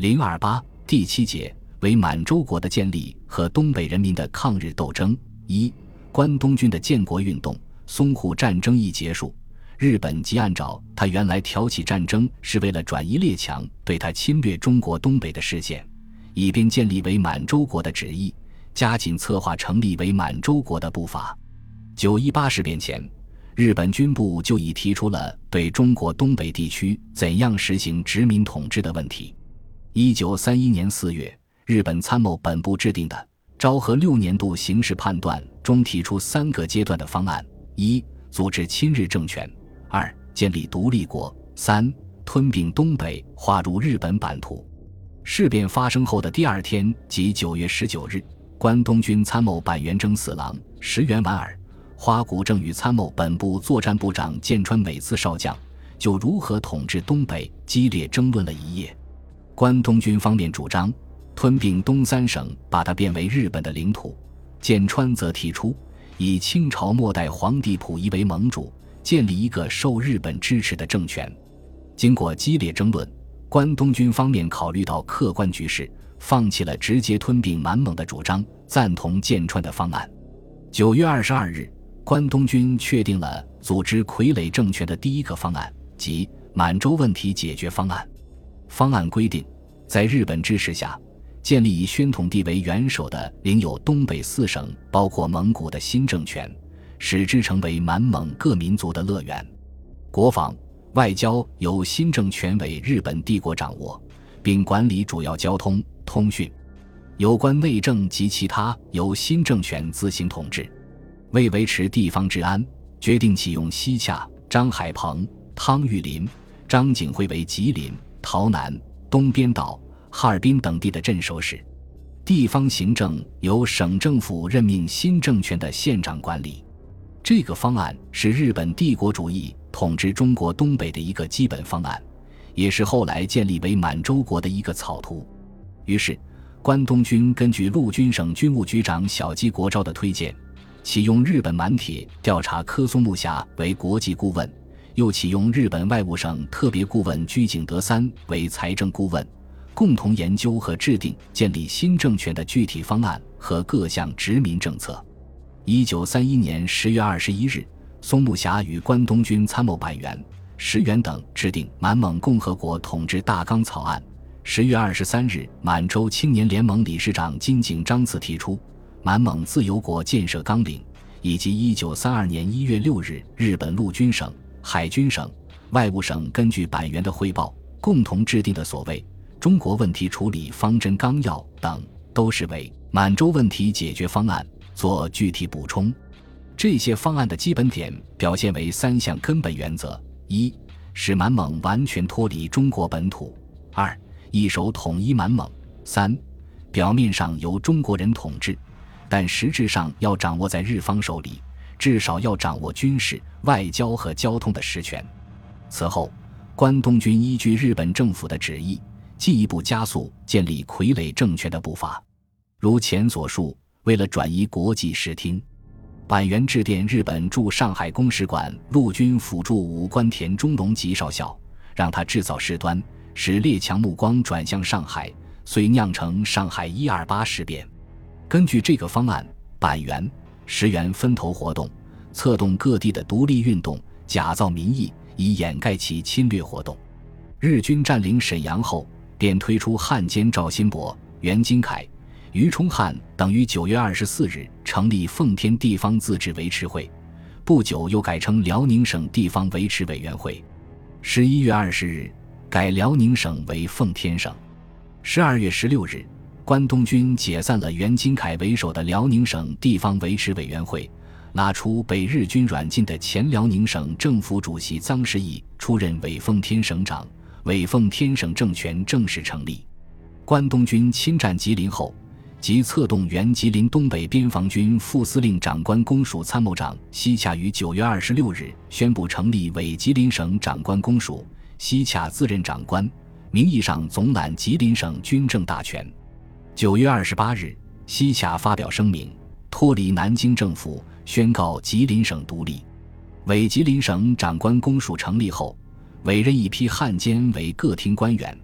028第7节为满洲国的建立和东北人民的抗日斗争。1、关东军的建国运动。淞沪战争一结束，日本即按照他原来挑起战争是为了转移列强对他侵略中国东北的视线，以便建立为满洲国的旨意，加紧策划成立为满洲国的步伐。9·18事变前，日本军部就已提出了对中国东北地区怎样实行殖民统治的问题。1931年4月，日本参谋本部制定的昭和6年度形势判断中提出3个阶段的方案：1、组织亲日政权； 2、建立独立国； 3、吞并东北，划入日本版图。事变发生后的第2天，即9月19日，关东军参谋板垣征四郎、石原莞尔、花谷正与参谋本部作战部长剑川美次少将就如何统治东北激烈争论了一夜。关东军方面主张吞并东3省，把它变为日本的领土；剑川则提出以清朝末代皇帝溥仪为盟主，建立一个受日本支持的政权。经过激烈争论，关东军方面考虑到客观局势，放弃了直接吞并满蒙的主张，赞同剑川的方案。9月22日，关东军确定了组织傀儡政权的第一个方案，即满洲问题解决方案。方案规定，在日本支持下，建立以宣统帝为元首的领有东北4省包括蒙古的新政权，使之成为满蒙各民族的乐园。国防、外交由新政权为日本帝国掌握，并管理主要交通、通讯。有关内政及其他由新政权自行统治。为维持地方治安，决定启用西洽、张海鹏、汤玉麟、张景辉为吉林、桃南、东边岛、哈尔滨等地的镇守使。地方行政由省政府任命新政权的县长管理。这个方案是日本帝国主义统治中国东北的一个基本方案，也是后来建立为满洲国的一个草图。于是关东军根据陆军省军务局长小矶国昭的推荐，启用日本满铁调查科松木霞为国际顾问，又启用日本外务省特别顾问居井德三为财政顾问，共同研究和制定建立新政权的具体方案和各项殖民政策。1931年10月21日，松木霞与关东军参谋板垣、石原等制定满蒙共和国统治大纲草案。10月23日，满洲青年联盟理事长金井章次提出满蒙自由国建设纲领，以及1932年1月6日日本陆军省、海军省、外务省根据板垣的汇报共同制定的所谓中国问题处理方针纲要等，都是为满洲问题解决方案做具体补充。这些方案的基本点表现为3项根本原则： 1. 使满蒙完全脱离中国本土； 2. 一手统一满蒙； 3. 表面上由中国人统治，但实质上要掌握在日方手里，至少要掌握军事、外交和交通的实权。此后，关东军依据日本政府的旨意，进一步加速建立傀儡政权的步伐。如前所述，为了转移国际视听，板垣致电日本驻上海公使馆陆军辅助武官田中荣吉少校，让他制造事端，使列强目光转向上海，遂酿成上海128事变。根据这个方案，板垣、石原分头活动，策动各地的独立运动，假造民意，以掩盖其侵略活动。日军占领沈阳后，便推出汉奸赵新伯、袁金凯、于冲汉等于9月24日成立奉天地方自治维持会，不久又改称辽宁省地方维持委员会。11月20日改辽宁省为奉天省。12月16日，关东军解散了袁金凯为首的辽宁省地方维持委员会，拉出被日军软禁的前辽宁省政府主席臧时义出任伪奉天省长，伪奉天省政权正式成立。关东军侵占吉林后，即策动原吉林东北边防军副司令长官公署参谋长西洽于9月26日宣布成立伪吉林省长官公署，西洽自任长官，名义上总揽吉林省军政大权。9月28日，西洽发表声明，脱离南京政府，宣告吉林省独立。伪吉林省长官公署成立后，委任一批汉奸为各厅官员，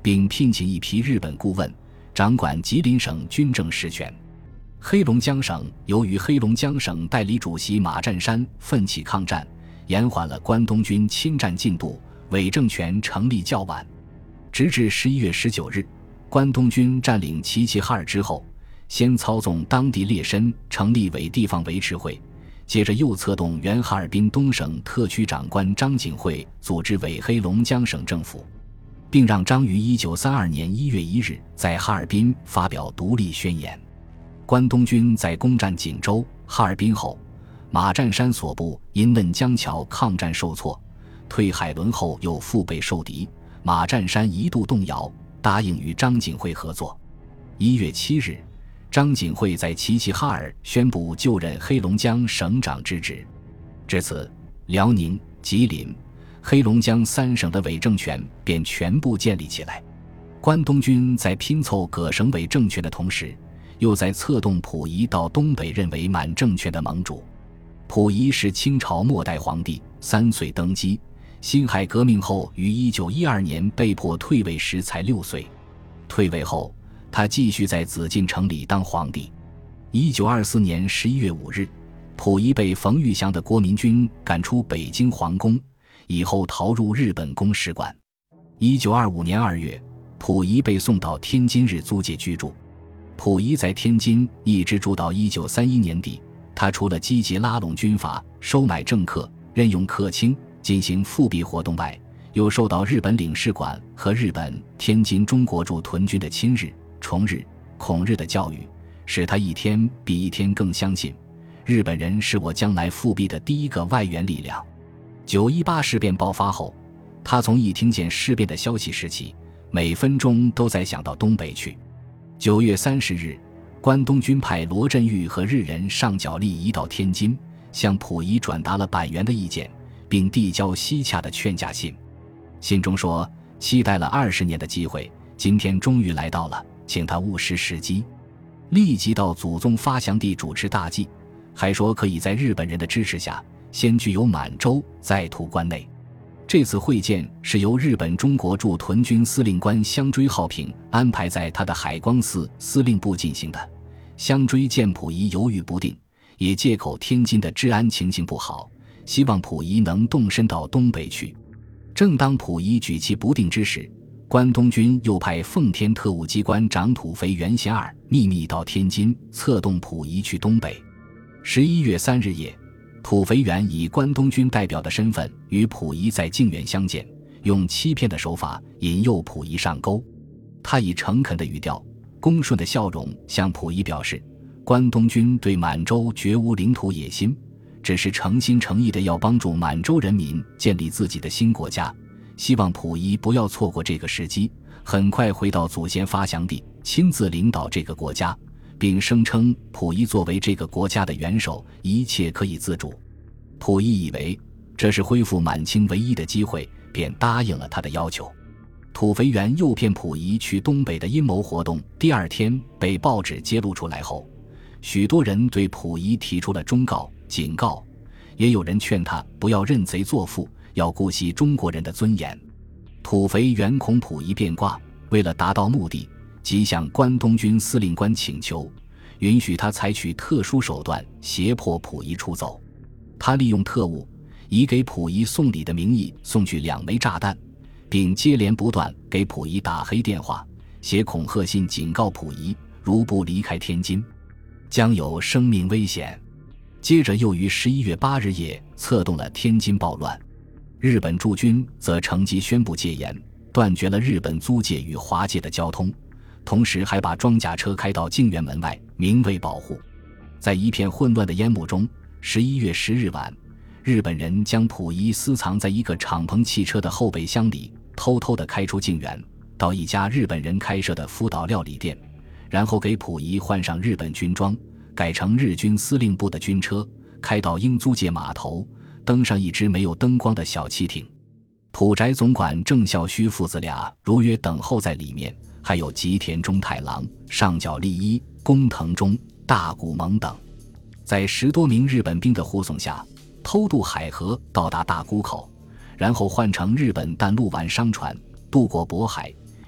并聘请一批日本顾问，掌管吉林省军政实权。黑龙江省由于黑龙江省代理主席马占山奋起抗战，延缓了关东军侵占进度，伪政权成立较晚。直至11月19日，关东军占领齐齐哈尔之后，先操纵当地劣绅成立伪地方维持会，接着又策动原哈尔滨东省特区长官张景惠组织伪黑龙江省政府，并让张于1932年1月1日在哈尔滨发表独立宣言。关东军在攻占锦州、哈尔滨后，马占山所部因嫩江桥抗战受挫，退海伦后又腹背受敌，马占山一度动摇，答应与张景惠合作。1月7日，张景惠在齐齐哈尔宣布就任黑龙江省长之职。至此，辽宁、吉林、黑龙江3省的伪政权便全部建立起来。关东军在拼凑各省伪政权的同时，又在策动溥仪到东北任为满政权的盟主。溥仪是清朝末代皇帝，3岁登基，辛亥革命后于1912年被迫退位时才6岁。退位后，他继续在紫禁城里当皇帝。1924年11月5日，溥仪被冯玉祥的国民军赶出北京皇宫，以后逃入日本公使馆。1925年2月，溥仪被送到天津日租界居住。溥仪在天津一直住到1931年底，他除了积极拉拢军阀、收买政客、任用客卿进行复辟活动外，又受到日本领事馆和日本天津中国驻屯军的亲日、崇日、孔日的教育，使他一天比一天更相信日本人是我将来复辟的第一个外援力量。9·18事变爆发后，他从一听见事变的消息时起，每分钟都在想到东北去。9月30日，关东军派罗振玉和日人上角力一到天津，向溥仪转达了板垣的意见，并递交西洽的劝架信。信中说，期待了20年的机会，今天终于来到了，请他务实时机，立即到祖宗发祥地主持大计，还说可以在日本人的支持下先据有满洲，再图关内。这次会见是由日本中国驻屯军司令官香追浩平安排在他的海光寺司令部进行的。香追见溥仪犹豫不定，也借口天津的治安情形不好，希望溥仪能动身到东北去。正当溥仪举棋不定之时，关东军又派奉天特务机关长土肥原贤二秘密到天津，策动溥仪去东北。11月3日夜，土肥原以关东军代表的身份与溥仪在靖远相见，用欺骗的手法引诱溥仪上钩。他以诚恳的语调、恭顺的笑容向溥仪表示，关东军对满洲绝无领土野心，只是诚心诚意的要帮助满洲人民建立自己的新国家，希望溥仪不要错过这个时机，很快回到祖先发祥地，亲自领导这个国家，并声称溥仪作为这个国家的元首，一切可以自主。溥仪以为这是恢复满清唯一的机会，便答应了他的要求。土肥原诱骗溥仪去东北的阴谋活动第2天被报纸揭露出来后，许多人对溥仪提出了忠告、警告，也有人劝他不要认贼作父，要顾惜中国人的尊严。土肥原恐溥仪变卦，为了达到目的，即向关东军司令官请求，允许他采取特殊手段胁迫溥仪出走。他利用特务以给溥仪送礼的名义送去2枚炸弹，并接连不断给溥仪打黑电话，写恐吓信警告溥仪，如不离开天津，将有生命危险。接着又于11月8日夜策动了天津暴乱。日本驻军则乘机宣布戒严，断绝了日本租界与华界的交通，同时还把装甲车开到靖远门外，明为保护。在一片混乱的烟幕中，11月10日晚，日本人将溥仪私藏在一个敞篷汽车的后备箱里，偷偷地开出靖远，到一家日本人开设的福岛料理店，然后给溥仪换上日本军装，改成日军司令部的军车，开到英租界码头，登上一只没有灯光的小汽艇。土宅总管郑孝胥父子俩如约等候在里面，还有吉田中太郎、上角利一、工藤中、大谷蒙等。在10多名日本兵的护送下，偷渡海河到达大沽口，然后换乘日本淡路丸商船渡过渤海，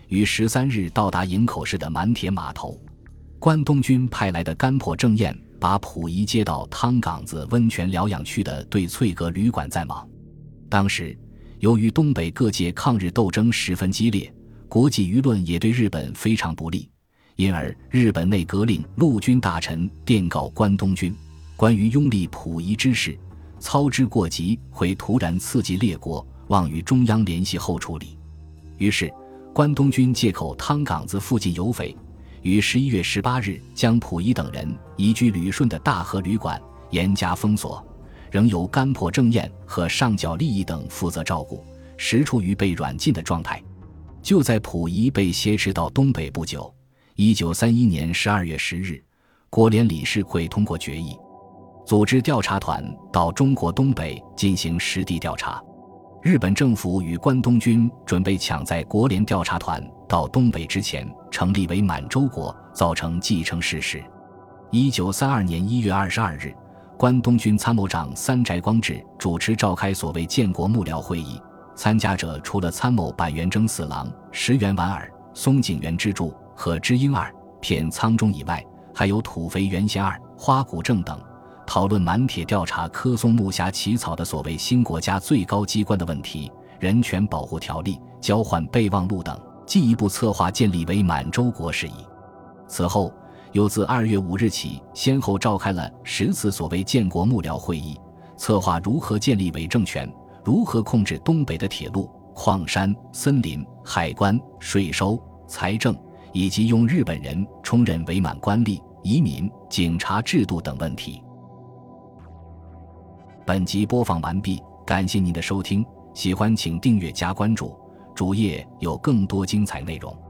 于13日到达营口市的满铁码头。关东军派来的甘迫正彦把溥仪接到汤岗子温泉疗养区的对翠阁旅馆暂往。当时由于东北各界抗日斗争十分激烈，国际舆论也对日本非常不利，因而日本内阁令陆军大臣电告关东军，关于拥立溥仪之事，操之过急会突然刺激列国，望与中央联系后处理。于是关东军借口汤岗子附近有匪，于11月18日将溥仪等人移居旅顺的大和旅馆，严加封锁，仍由甘迫正彦和上角利益等负责照顾，实处于被软禁的状态。就在溥仪被挟持到东北不久，1931年12月10日，国联理事会通过决议，组织调查团到中国东北进行实地调查。日本政府与关东军准备抢在国联调查团到东北之前成立为满洲国，造成既成事实。1932年1月22日，关东军参谋长三宅光治主持召开所谓建国幕僚会议，参加者除了参谋板垣征四郎、石原莞尔、松井元之助和知英二、片仓中以外，还有土肥原贤二、花谷正等，讨论满铁调查科松木下起草的所谓新国家最高机关的问题、人权保护条例、交换备忘录等，进一步策划建立为满洲国事宜。此后又自2月5日起先后召开了10次所谓建国幕僚会议，策划如何建立伪政权，如何控制东北的铁路、矿山、森林、海关、税收、财政，以及用日本人充任伪满官吏、移民、警察制度等问题。本集播放完毕，感谢您的收听，喜欢请订阅加关注，主页有更多精彩内容。